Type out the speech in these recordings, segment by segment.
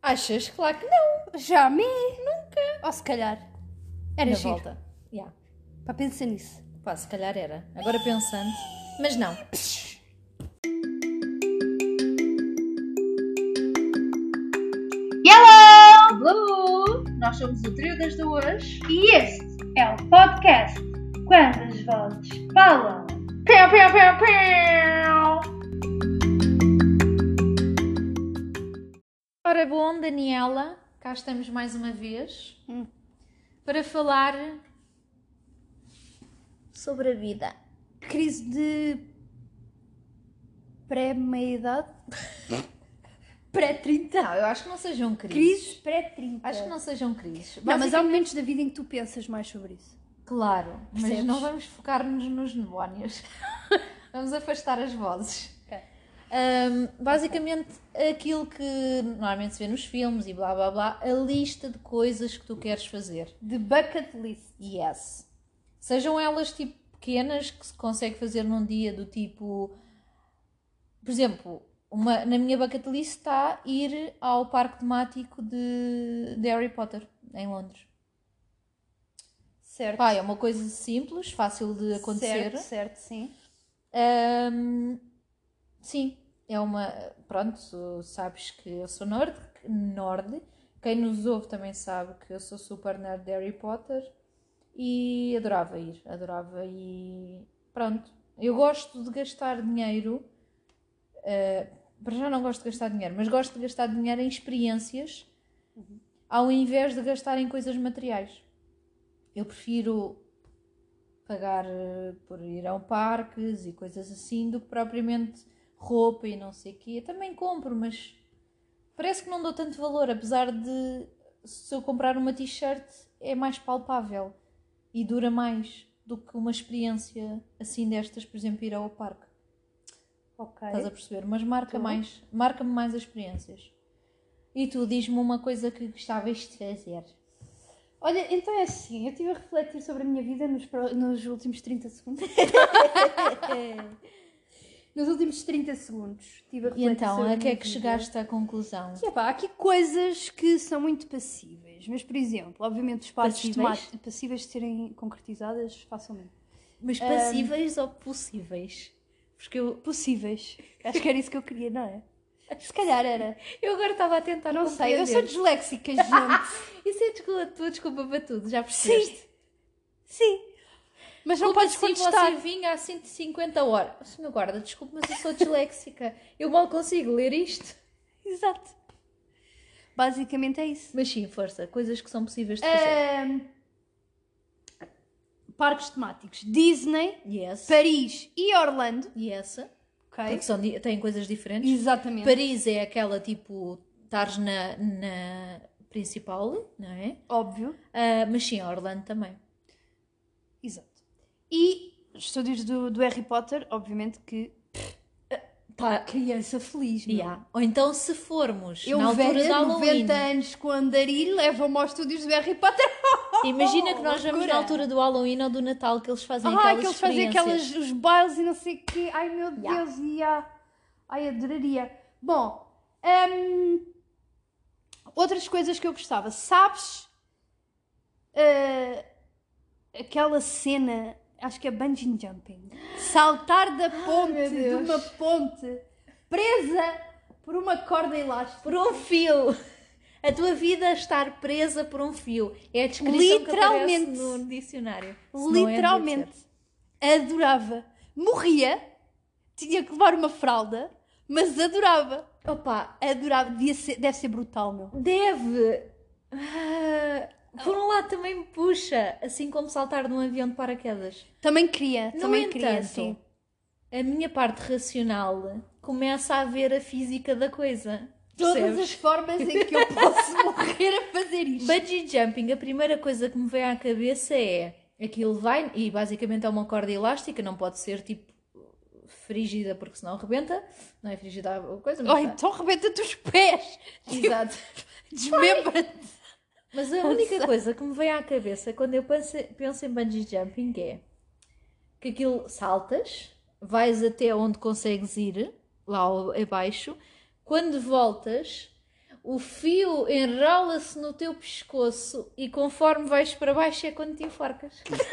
Achas? Claro que não. Jamais. Nunca. Ou se calhar. Era Na giro. volta. Yeah. Para pensar nisso. Pá, se calhar era. Agora pensando. Mas não. Hello! Hello! Nós somos o Trio das Duas. E este é o podcast Quando as Vozes Falam. Piu, piu, piu, piu. Ora bom, Daniela, cá estamos mais uma vez para falar sobre a vida. Crise de pré-meia-idade? Pré-30? Não, eu acho que não sejam crises. Crise pré-30. Acho que não sejam crises. Não, mas há momentos da vida em que tu pensas mais sobre isso. Claro, mas Percebes? não vamos focar-nos nos demónios. Vamos afastar as vozes. Ok. Basicamente, aquilo que normalmente se vê nos filmes e blá blá blá, a lista de coisas que tu queres fazer. The bucket list. Yes. Sejam elas tipo pequenas que se consegue fazer num dia do tipo... Por exemplo, na minha bucket list está ir ao parque temático de Harry Potter, em Londres. Certo. Pá, é uma coisa simples, fácil de acontecer. Certo, sim. Sim, é uma... Pronto, sabes que eu sou nerd. Quem nos ouve também sabe que eu sou super nerd de Harry Potter. E adorava ir. Pronto, eu gosto de gastar dinheiro. Para já não gosto de gastar dinheiro, mas gosto de gastar dinheiro em experiências ao invés de gastar em coisas materiais. Eu prefiro pagar por ir a parques e coisas assim do que propriamente roupa e não sei o quê. Eu também compro, mas parece que não dou tanto valor, apesar de se eu comprar uma t-shirt é mais palpável e dura mais do que uma experiência assim destas, por exemplo, ir ao parque. Ok. Estás a perceber? Mas marca-me mais as experiências. E tu, diz-me uma coisa que gostavas de fazer. Olha, então é assim, eu estive a refletir sobre a minha vida nos últimos 30 segundos. Nos últimos 30 segundos estive a refletir E então, sobre a que é minha que vida. chegaste à conclusão? E, epá, há aqui coisas que são muito passíveis, mas por exemplo, obviamente os passos passíveis de serem concretizadas facilmente. Mas passíveis ou possíveis? Porque Possíveis. Acho que era isso que eu queria, não é? Se calhar era. eu agora estava a tentar Não sei, eu sou disléxica, gente. Isso é tua desculpa para tudo, já percebeste? Sim. Mas não podes contestar. Você vinha há 150 horas. Senhor guarda, desculpe, mas eu sou disléxica. Eu mal consigo ler isto. Exato. Basicamente é isso. Mas sim, força. Coisas que são possíveis de fazer. Parques temáticos. Disney, Yes. Paris e Orlando. Yes. Ok. Porque têm coisas diferentes. Exatamente. Paris é aquela tipo... Estares na principal, não é? Óbvio. Mas sim, Orlando também. Exato. E os estúdios do Harry Potter, obviamente que... Tá. Criança feliz, meu. Yeah. Ou então se formos Eu, na altura velha, de Halloween... 90 anos com andarilho, levam-me aos estúdios do Harry Potter. Imagina que nós vamos loucura. na altura do Halloween ou do Natal que eles fazem que aquelas eles fazem experiências. os bailes e não sei o quê. Ai, meu Yeah. Deus, ai, adoraria. Bom, outras coisas que eu gostava. Sabes aquela cena, acho que é bungee jumping. Saltar da ponte, de uma ponte, presa por uma corda elástica. Por um fio. A tua vida estar presa por um fio. É a descrição Literalmente. que aparece no dicionário. Se não é, Literalmente. Adorava. Morria. Tinha que levar uma fralda. Mas adorava. Opa, Adorava. Deve ser brutal, meu. deve. Por um lado também me puxa. Assim como saltar de um avião de paraquedas. Também queria. No Também entanto, queria, sim. a minha parte racional começa a ver a física da coisa. Todas Percebes? as formas em que eu posso morrer a fazer isto. Bungee jumping, a primeira coisa que me vem à cabeça é aquilo vai, e basicamente é uma corda elástica, não pode ser tipo frígida porque senão rebenta, não é frígida a coisa, mas Então rebenta-te os pés. exato. Desmembra-te. Mas a única coisa que me vem à cabeça quando eu penso em bungee jumping é que aquilo saltas, vais até onde consegues ir, lá abaixo, quando voltas, o fio enrola-se no teu pescoço e conforme vais para baixo é quando te enforcas.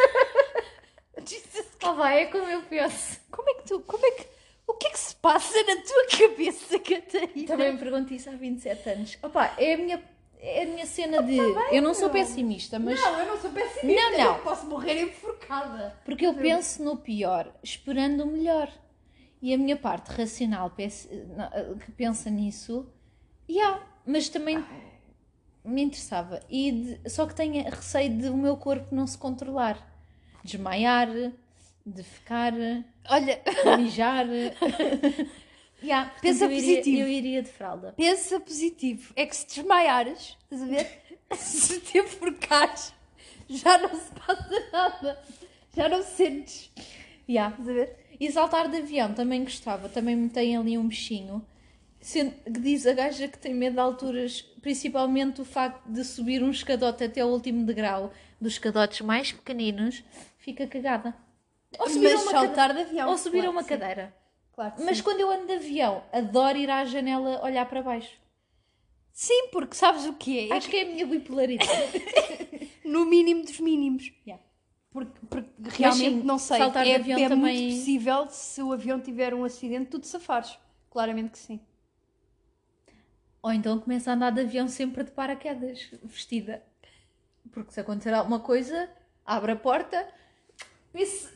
Vai, é como eu penso. O que é que se passa na tua cabeça, Catarina? Também me pergunto isso há 27 anos. É a minha cena de... eu não sou pessimista, mas... Não, eu não sou pessimista. Não. Eu posso morrer enforcada. Porque eu penso no pior, esperando o melhor. E a minha parte racional que pensa nisso... mas também me interessava. Só que tenho receio de o meu corpo não se controlar. Desmaiar, de ficar... Olha... de mijar... Pensa positivo. Eu iria de fralda. Pensa positivo. É que se desmaiares, estás a ver? Se te enforcares, já não se passa nada. Já não sentes. Estás a ver? E saltar de avião também gostava. Também me tem ali um bichinho. Que diz a gaja que tem medo de alturas, principalmente o facto de subir um escadote até o último degrau, dos escadotes mais pequeninos, fica cagada. Ou subir a uma saltar de avião. Ou subir a uma cadeira. Claro que Mas sim. quando eu ando de avião, adoro ir à janela olhar para baixo. Sim, porque sabes o que é? Acho que é a minha bipolaridade. No mínimo dos mínimos. Porque realmente, sim, não sei, saltar de avião é também... muito possível, se o avião tiver um acidente, tu te safares. Claramente que sim. Ou então começa a andar de avião sempre de paraquedas, vestida. Porque se acontecer alguma coisa, abre a porta... Isso...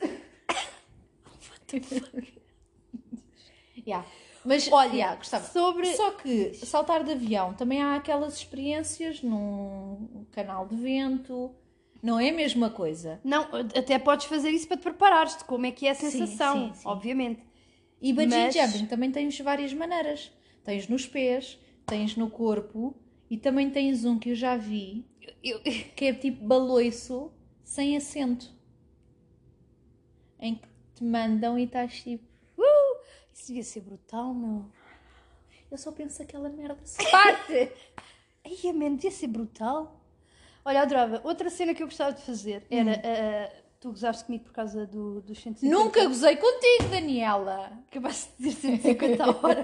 Mas, olha, gostava. sobre... Só que saltar de avião também há aquelas experiências num canal de vento, não é a mesma coisa. Não, até podes fazer isso para te preparares de como é que é a sensação, sim. obviamente. E bungee jumping também tens várias maneiras. Tens nos pés, tens no corpo e também tens um que eu já vi, que é tipo baloiço sem assento. Em que te mandam e estás tipo... Isso devia ser brutal, meu. Eu só penso aquela merda se parte. Ai, man, devia ser brutal. Olha, adorava. Outra cena que eu gostava de fazer era... tu gozaste comigo por causa dos 150. Nunca gozei contigo, Daniela. Acabaste de dizer 150 a hora.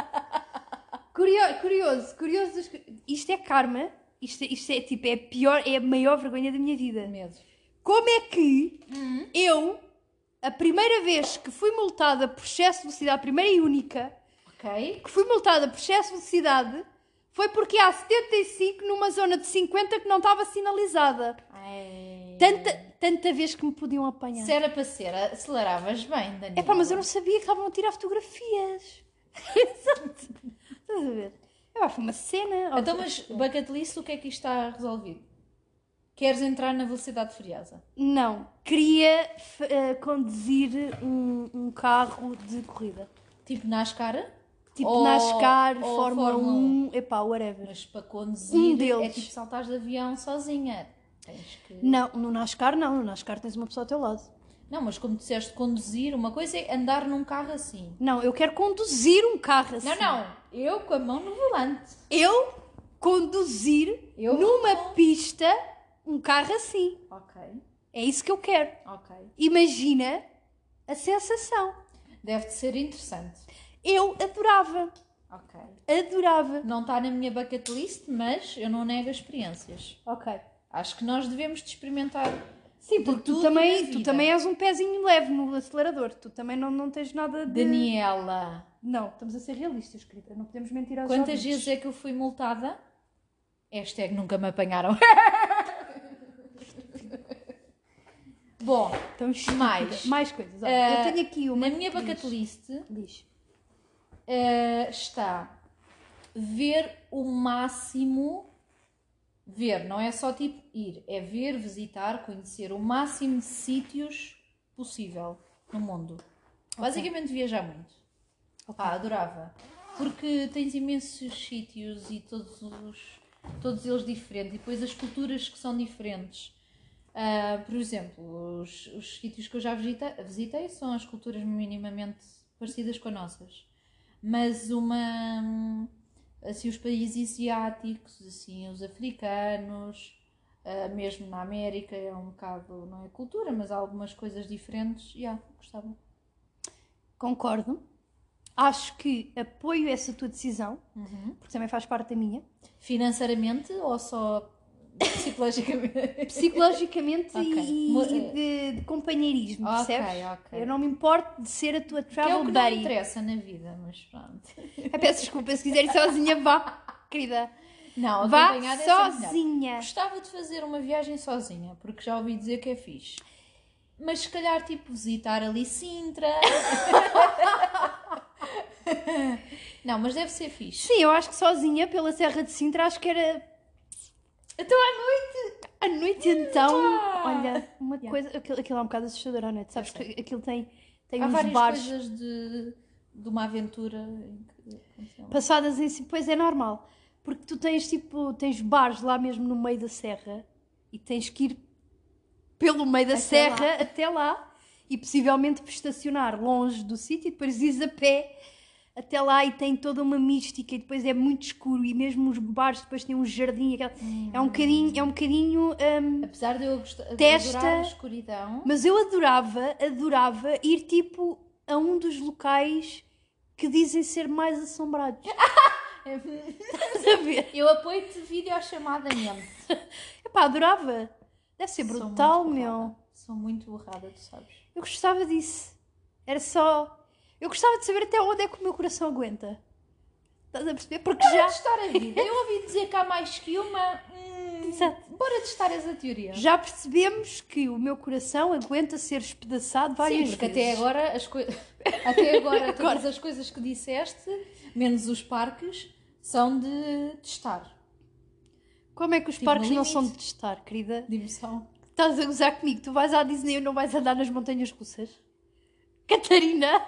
Curioso. Isto é karma. Isto é tipo, é a pior, é a maior vergonha da minha vida. Medo. Como é que eu, a primeira vez que fui multada por excesso de velocidade, a primeira e única, que fui multada por excesso de velocidade, foi porque há 75 numa zona de 50 que não estava sinalizada. Tanta vez que me podiam apanhar. Se era para ser, aceleravas bem, Daniela. Mas eu não sabia que estavam a tirar fotografias. Exato. Estás a ver? Foi uma cena. Então, mas bucket list, o que é que isto está resolvido? Queres entrar na velocidade furiosa? Não. Queria conduzir um carro de corrida. Tipo NASCAR? Tipo NASCAR, Fórmula 1, whatever. Mas para conduzir deles. é tipo saltares de avião sozinha. Tens que... Não, no NASCAR não. No NASCAR tens uma pessoa ao teu lado. Não, mas como disseste conduzir, uma coisa é andar num carro assim. Não, eu quero conduzir um carro assim. Não. Eu com a mão no volante. Eu conduzir numa pista um carro assim. Ok. É isso que eu quero. Ok. Imagina a sensação. Deve de ser interessante. Eu adorava. Ok. Adorava. Não está na minha bucket list, mas eu não nego as experiências. Ok. Acho que nós devemos de experimentar. Sim, porque tu também és um pezinho leve no acelerador. Tu também não tens nada de... Daniela. Não, estamos a ser realistas, querida. Não podemos mentir aos Quantas ouvintes. vezes é que eu fui multada? Hashtag nunca me apanharam. Bom, mais coisas. Olha, eu tenho aqui uma... Na minha bucket list Diz. está ver o máximo... Ver, não é só tipo ir. É ver, visitar, conhecer o máximo de sítios possível no mundo. Basicamente viajar muito. Adorava. Porque tens imensos sítios e todos eles diferentes. E depois as culturas que são diferentes. Por exemplo, os sítios que eu já visitei são as culturas minimamente parecidas com as nossas. Mas assim, os países asiáticos, assim, os africanos, mesmo na América é um bocado, não é cultura, mas há algumas coisas diferentes. Gostava. Concordo. acho que apoio essa tua decisão, porque também faz parte da minha. Financeiramente ou só psicologicamente? Psicologicamente e de companheirismo, percebes? Ok. Eu não me importo de ser a tua Que é travel o que buddy. não interessa na vida, mas pronto. Peço desculpa, se quiser ir sozinha, vá, querida. Não, vá acompanhada é sempre melhor. sozinha. Gostava de fazer uma viagem sozinha, porque já ouvi dizer que é fixe. Mas se calhar, tipo, visitar ali Sintra. Não, mas deve ser fixe. Sim, eu acho que sozinha pela Serra de Sintra, acho que era... Então à noite. Então, olha, uma coisa... Aquilo é um bocado assustador à noite, sabes? Que aquilo tem há uns várias bares... coisas de uma aventura em que... passadas em si, pois é normal. Porque tu tens bares lá mesmo no meio da serra e tens que ir pelo meio da serra até lá e possivelmente estacionar longe do sítio e depois ires a pé até lá e tem toda uma mística e depois é muito escuro e mesmo os bares depois têm um jardim, é um bocadinho apesar de eu adorar a escuridão, mas eu adorava ir tipo a um dos locais que dizem ser mais assombrados. Estás a ver? Eu apoio-te videochamadamente. Epá, adorava. Deve ser brutal, meu. Sou muito borrada, tu sabes. Eu gostava disso. Era só... Eu gostava de saber até onde é que o meu coração aguenta. Estás a perceber? Porque Bora já... testar a vida. Eu ouvi dizer que há mais que uma... Exato. Bora testar essa teoria. Já percebemos que o meu coração aguenta ser espedaçado várias porque vezes. até agora todas as coisas que disseste, menos os parques, são de testar. Como é que os parques não são de testar, querida? De emoção. Estás a gozar comigo? Tu vais à Disney e não vais andar nas montanhas russas? Catarina?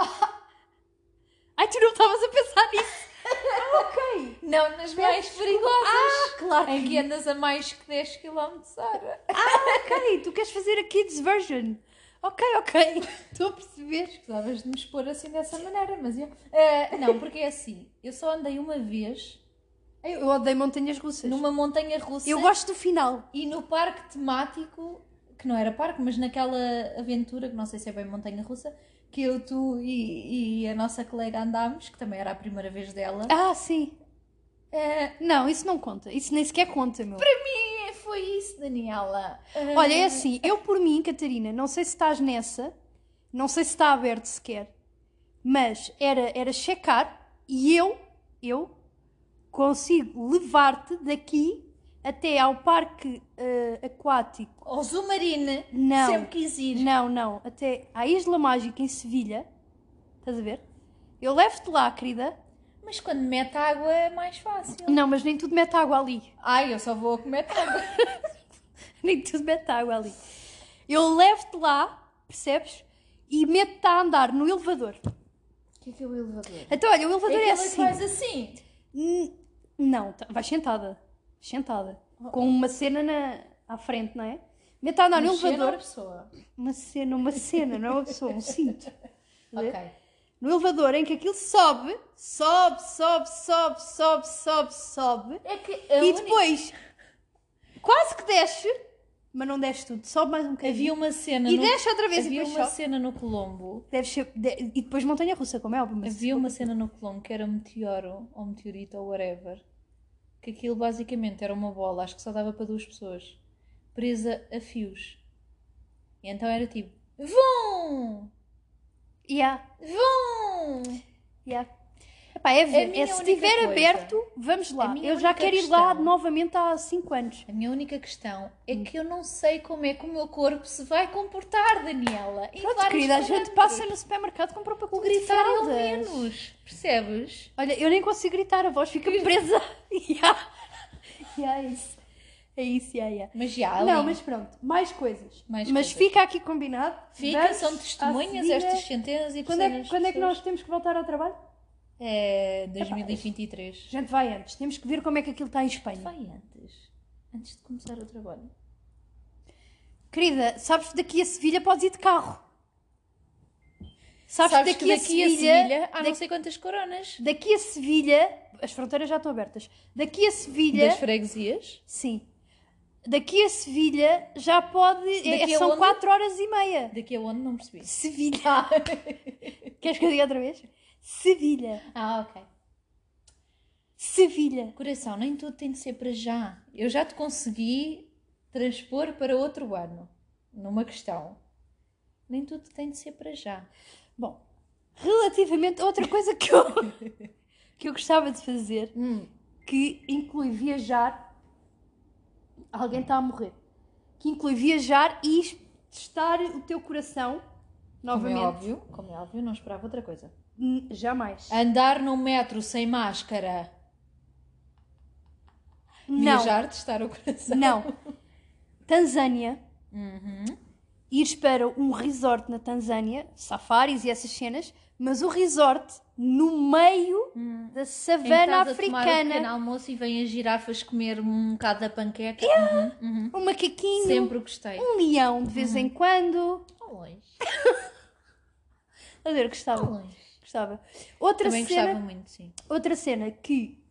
Ai, tu não estavas a pensar nisso? Ok. Não nas mais perigosas. Claro. Em que andas a mais que 10 km/h. Ok. Tu queres fazer a kids version. Ok. Estou a perceber. Precisavas de me expor assim dessa maneira, mas eu... não, porque é assim. Eu só andei uma vez... Eu odeio montanhas russas. Numa montanha russa. Eu gosto do final. E no parque temático, que não era parque, mas naquela aventura, que não sei se é bem montanha russa, que eu, tu e a nossa colega andámos, que também era a primeira vez dela. Ah, sim. Não, isso não conta. Isso nem sequer conta, meu. Para mim foi isso, Daniela. Olha, é assim, eu por mim, Catarina, não sei se estás nessa, não sei se está aberto sequer, mas era checar e eu consigo levar-te daqui até ao parque aquático. Ao Zumarine, Não. sempre quis ir. Não, até à Isla Mágica em Sevilha. Estás a ver? Eu levo-te lá, querida. Mas quando mete água é mais fácil. Não, mas nem tudo mete água ali. Ai, eu só vou a comer água. Nem tudo mete água ali. Eu levo-te lá, percebes? E meto-te a andar no elevador. O que é o elevador? Então, olha, o elevador é assim. Que faz assim? Não, vais sentada. Com uma cena à frente, não é? Meto a andar no elevador. Uma cena, não é uma pessoa, um cinto. Ok. No elevador em que aquilo sobe. É que E depois quase que desce, mas não desce tudo, sobe mais um bocadinho. Havia uma cena. E desce outra vez Havia e depois uma sobe. cena no Colombo. E depois montanha russa, como é óbvio. Mas Havia uma cena no Colombo que era um meteoro ou meteorito ou whatever. Que aquilo basicamente era uma bola, acho que só dava para 2 pessoas, presa a fios. E então era tipo, vum! Vum! Epá, se estiver aberto, vamos lá. Eu já quero ir lá novamente há 5 anos. A minha única questão é que eu não sei como é que o meu corpo se vai comportar, Daniela. Pronto, querida, a gente passa no supermercado, compra para gritar ao menos. Percebes? Olha, eu nem consigo gritar, a voz fica presa. É isso. Mas já, não, mas pronto, mais coisas. Mas fica aqui combinado. São testemunhas estas centenas e dezenas. Quando é que nós temos que voltar ao trabalho? É 2023. A gente vai antes. Temos que ver como é que aquilo está em Espanha. Vai antes. Antes de começar o trabalho. Querida, sabes que daqui a Sevilha podes ir de carro. Sabes que daqui a Sevilha há não sei quantas coronas. Daqui a Sevilha, as fronteiras já estão abertas. Daqui a Sevilha... Das freguesias? Sim. Daqui a Sevilha já pode... são 4 horas e meia. Daqui a onde? Não percebi. Sevilha. Queres que eu diga outra vez? Sevilha. Ok. Sevilha. Coração, nem tudo tem de ser para já. Eu já te consegui transpor para outro ano. Numa questão. Nem tudo tem de ser para já. Bom, relativamente a outra coisa que eu gostava de fazer, que inclui viajar... Alguém está a morrer. Que inclui viajar e testar o teu coração novamente. Como é óbvio, não esperava outra coisa. Jamais. Andar no metro sem máscara. Não. Viajar, testar o coração. Não. Tanzânia. Ires para um resort na Tanzânia, safaris e essas cenas, mas o resort no meio da savana africana. Tomar um pequeno almoço e vêm as girafas comer um bocado da panqueca. Um macaquinho. Sempre gostei. Um leão de vez em quando. Longe. A ver, gostava. Longe. Gostava. Também gostava muito, sim. Outra cena que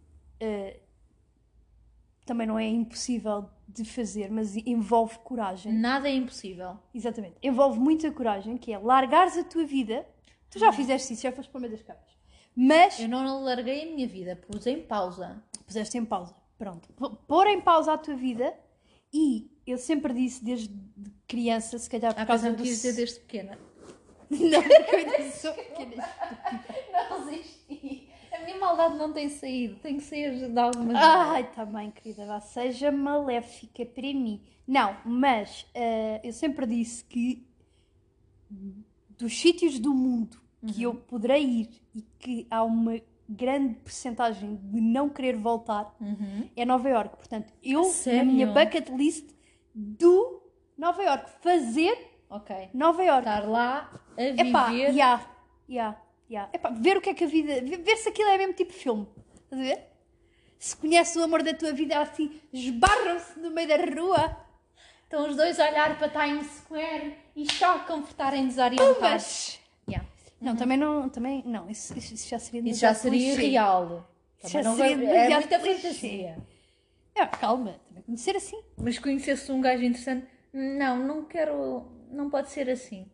também não é impossível de fazer, mas envolve coragem. Nada é impossível. Exatamente. Envolve muita coragem, que é largares a tua vida. Tu já fizeste isso, já foste para o meio das cabras. Mas... Eu não larguei a minha vida, pus em pausa. Puseste em pausa. Pronto. Pôr em pausa a tua vida e eu sempre disse desde criança, se calhar por causa do... dizer desde pequena. Não, porque eu disse sou pequena. Não resisti. A minha maldade não tem saído. Tem que sair de alguma maneira. Ai, está bem, querida. Vá, seja maléfica para mim. Não, mas eu sempre disse que dos sítios do mundo que eu poderei ir e que há uma grande percentagem de não querer voltar é Nova Iorque. Portanto, eu, Sério? na minha bucket list do Nova Iorque, fazer Nova Iorque. Estar lá a viver. Epá, Epá, ver o que é que a vida... Ver se aquilo é mesmo tipo filme. Estás a ver? Se conheces o amor da tua vida assim, esbarram-se no meio da rua. Estão os dois a olhar para Times Square e chocam por estarem desorientados. Não, também não. Isso já seria... Isso já seria real. Isso já não seria é demasiado muita clichê. fantasia. Calma, também tem de ser assim. Mas conhecesse um gajo interessante, não quero, não pode ser assim.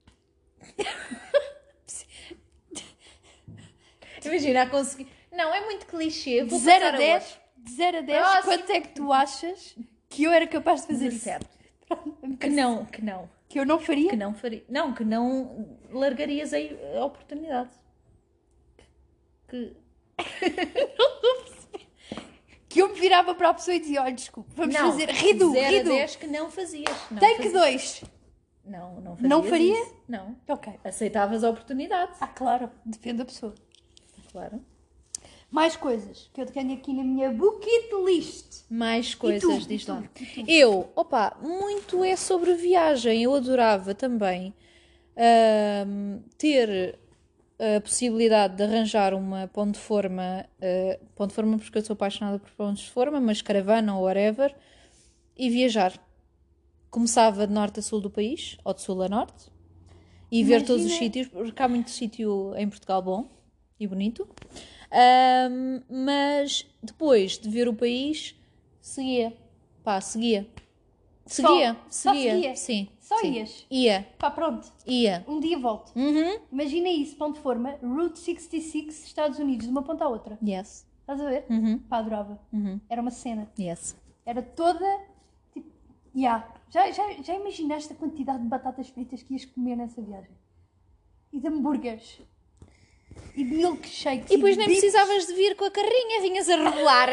Imagina, a conseguir. Não, é muito clichê. De 0 a 10, quanto é que tu achas que eu era capaz de fazer isso? Que não. Que eu não faria? Que não faria. Não, que não largarias a oportunidade. Que... Que eu me virava para a pessoa e dizia, olha, desculpa, vamos fazer Ridu. 0 a 10 que não fazias. Take 2. Não faria? Isso. Não. Ok. Aceitavas a oportunidade. Claro. Depende da pessoa. Claro. Mais coisas que eu tenho aqui na minha bucket list. Mais coisas, diz lá. Eu, muito é sobre viagem. Eu adorava também ter a possibilidade de arranjar uma ponte de forma porque eu sou apaixonada por pontos de forma, mas caravana ou whatever, e viajar. Começava de norte a sul do país, ou de sul a norte, e ver todos os sítios, porque há muito sítio em Portugal bom e bonito. Mas depois de ver o país, seguia. Seguia. Sim. Só sim. ias? Ia. Pronto. Ia. Um dia volto. Imagina isso, ponto de forma, Route 66, Estados Unidos, de uma ponta à outra. Yes. Estás a ver? Adorava. Era uma cena. Yes. Era toda, tipo, Já imaginaste a quantidade de batatas fritas que ias comer nessa viagem? E de hambúrgueres? E de milkshakes? E depois nem precisavas de vir com a carrinha, vinhas a rebolar.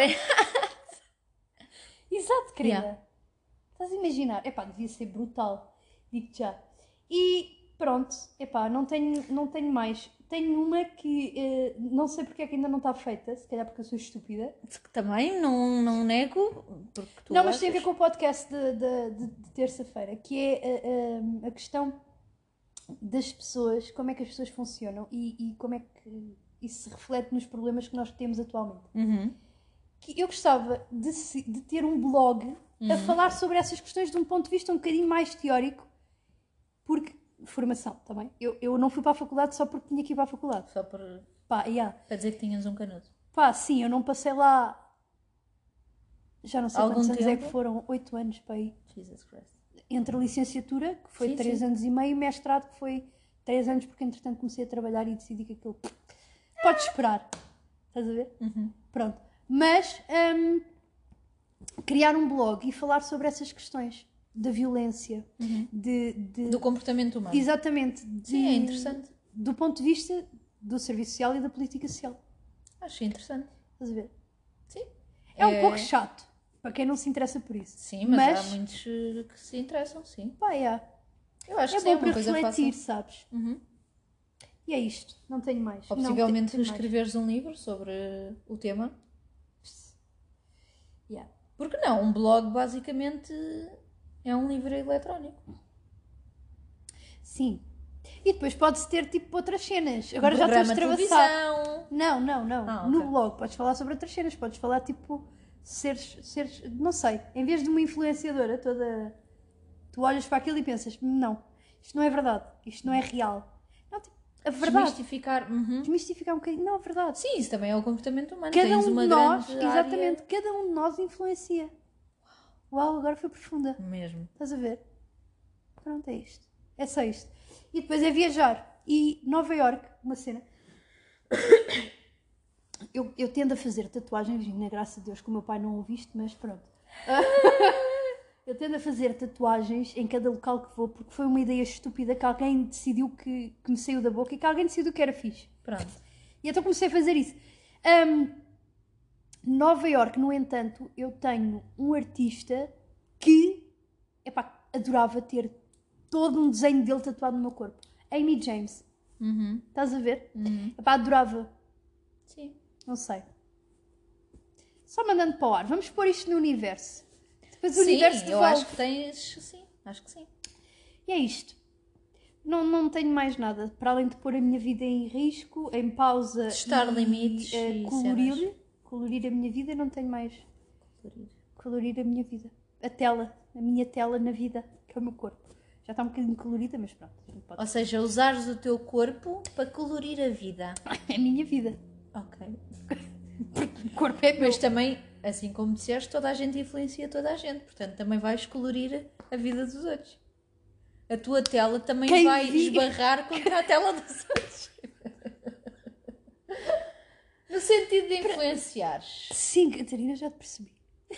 Exato, querida. Estás a imaginar? Devia ser brutal. Digo-te já. E pronto, não tenho mais. Tenho uma que não sei porque é que ainda não está feita, se calhar porque eu sou estúpida. Também não nego. Porque mas tem a ver com o podcast de terça-feira, que é a questão das pessoas, como é que as pessoas funcionam e como é que isso se reflete nos problemas que nós temos atualmente. Que eu gostava de ter um blog a falar sobre essas questões de um ponto de vista um bocadinho mais teórico, porque formação também. Eu não fui para a faculdade só porque tinha que ir para a faculdade. Só por... Para dizer que tinhas um canudo. Sim, eu não passei lá... Já não sei quantos anos é que foram. 8 anos para aí. Jesus Christ. Entre a licenciatura, que foi 3 anos e meio, e mestrado, que foi 3 anos, porque entretanto comecei a trabalhar e decidi que aquilo Podes esperar. Estás a ver? Pronto. Mas criar um blog e falar sobre essas questões da violência, do comportamento humano. Exatamente. Sim, é interessante. Do ponto de vista do serviço social e da política social. Acho interessante. Estás a ver? Sim. É um pouco chato, para quem não se interessa por isso. Sim, mas há muitos que se interessam, sim. Pá, é. Eu acho que bom é para uma coisa refletir, fácil. sabes? E é isto. Não tenho mais. Ou possivelmente escreveres um livro sobre o tema. Yeah. Porque não? Um blog basicamente é um livro eletrónico. Sim. E depois pode-se ter tipo outras cenas. Agora já estou a extravasar. Não. No blog podes falar sobre outras cenas. Podes falar tipo seres, não sei, em vez de uma influenciadora toda, tu olhas para aquilo e pensas, não, isto não é verdade, isto não é real. Não, tipo, a verdade. Desmistificar um bocadinho. Não, a verdade. Sim, isso também é o comportamento humano. Cada Tens um uma de nós, grande exatamente, área... cada um de nós influencia. Uau, agora foi profunda. Mesmo. Estás a ver? Pronto, é isto. É só isto. E depois é viajar. E Nova Iorque, uma cena. Eu tendo a fazer tatuagens, na graça de Deus, que o meu pai não ouve isto, mas pronto. Eu tendo a fazer tatuagens em cada local que vou, porque foi uma ideia estúpida que alguém decidiu que me saiu da boca e que alguém decidiu que era fixe. Pronto. E então comecei a fazer isso. Nova Iorque, no entanto, eu tenho um artista que, adorava ter todo um desenho dele tatuado no meu corpo. Amy James. Estás a ver? Adorava. Sim. Não sei. Só mandando para o ar. Vamos pôr isto no universo. Depois o sim, universo devolve. Eu acho que tens... Sim, acho que sim. E é isto. Não tenho mais nada. Para além de pôr a minha vida em risco, em pausa. Testar limites e colorir a minha vida, não tenho mais. Colorir a minha vida. A minha tela na vida, que é o meu corpo. Já está um bocadinho colorida, mas pronto. Ou seja, usares o teu corpo para colorir a vida. É a minha vida. Ok. O corpo é meu. Mas também, assim como disseste, toda a gente influencia toda a gente. Portanto, também vais colorir a vida dos outros. A tua tela também vai esbarrar contra a tela dos outros. No sentido de influenciares. Sim, Catarina, já te percebi.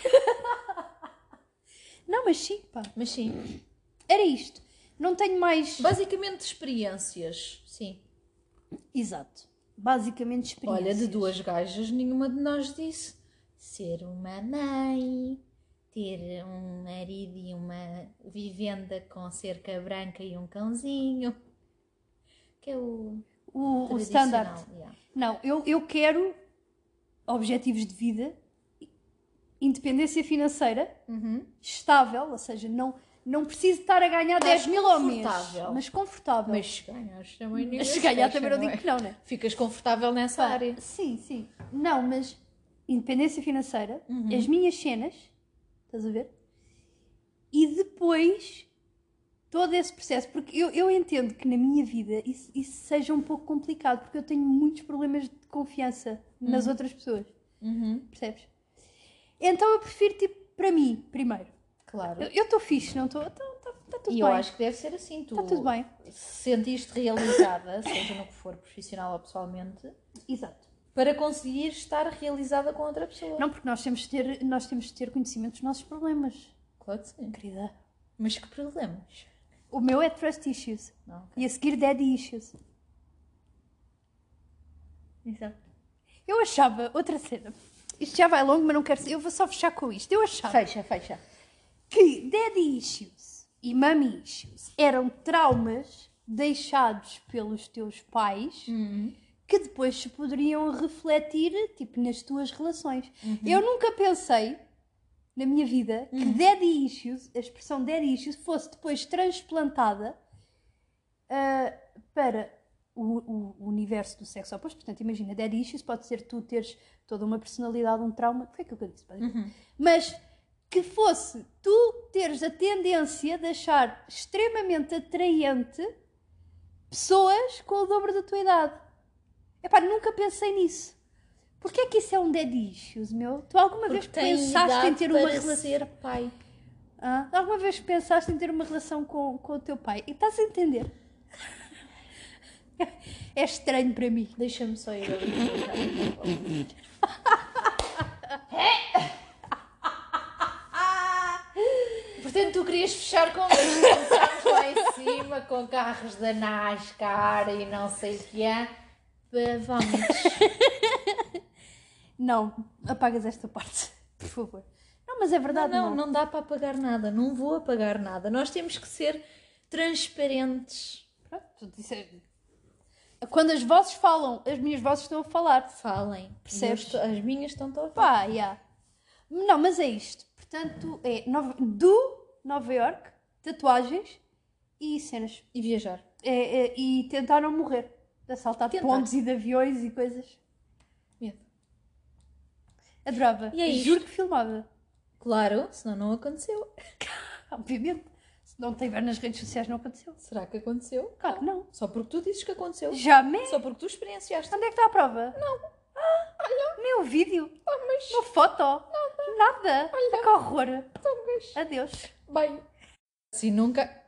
Não, mas sim, pá. Mas sim. Era isto. Não tenho mais... Basicamente experiências, sim. Exato. Basicamente experiências. Olha, de duas gajas, nenhuma de nós disse ser uma mãe, ter um marido e uma vivenda com cerca branca e um cãozinho. Que é o standard. Yeah. Não, eu quero objetivos de vida, independência financeira, estável, ou seja, não preciso estar a ganhar 10 mil ao mês. Mas confortável. Mas se ganhas também ninguém. Se ganhar também não digo que não, né? Ficas confortável nessa área. Sim. Não, mas independência financeira, as minhas cenas, estás a ver? E depois todo esse processo, porque eu entendo que na minha vida isso seja um pouco complicado, porque eu tenho muitos problemas de confiança nas outras pessoas. Percebes? Então eu prefiro, tipo, para mim, primeiro. Claro. Eu estou fixe, não estou? Está tudo bem. E eu acho que deve ser assim. Tu está tudo bem. Sentiste realizada, seja no que for, profissional ou pessoalmente. Exato. Para conseguir estar realizada com outra pessoa. Não, porque nós temos de ter conhecimento dos nossos problemas. Claro que sim. Querida. Mas que problemas? O meu é trust issues. Okay. E a seguir daddy issues. Exato. Eu achava, outra cena. Isto já vai longo, mas não quero... Eu vou só fechar com isto. Eu achava... Fecha. Que daddy issues e mommy issues eram traumas deixados pelos teus pais que depois se poderiam refletir, tipo, nas tuas relações. Eu nunca pensei, na minha vida, que daddy issues, a expressão daddy issues, fosse depois transplantada para o universo do sexo oposto. Portanto, imagina, daddy issues pode ser tu teres toda uma personalidade, um trauma, foi aquilo que eu disse, mas que fosse tu teres a tendência de achar extremamente atraente pessoas com o dobro da tua idade. Epá, nunca pensei nisso. Porquê é que isso é um daddy issues, meu? Tu alguma vez pensaste em ter uma relação... ser pai. Alguma vez pensaste em ter uma relação com o teu pai? E estás a entender? É estranho para mim. Deixa-me só ir ali. Portanto, tu querias fechar com começámos lá em cima com carros da NASCAR e não sei o que é. Vamos. Não, apagas esta parte, por favor. Não, mas é verdade, não dá para apagar nada. Não vou apagar nada. Nós temos que ser transparentes. Pronto, quando as vozes falam, as minhas vozes estão a falar. Falem. Percebes? As minhas estão todas. Pá, yeah. Não, mas é isto. Portanto, é Nova York, tatuagens e cenas. E viajar. E tentar não morrer. De assaltar pontes e de aviões e coisas. Medo. Adorava. E é isto. Juro que filmava. Claro, senão não aconteceu. Obviamente. Se não tiver nas redes sociais, não aconteceu. Será que aconteceu? Claro que não. Só porque tu dizes que aconteceu. Jamais. Só porque tu experienciaste. Onde é que está a prova? Não. Olha. Nem o vídeo. Mas... Uma foto. Nada. Olha. Que horror. Mas... Adeus. Bem. Assim nunca...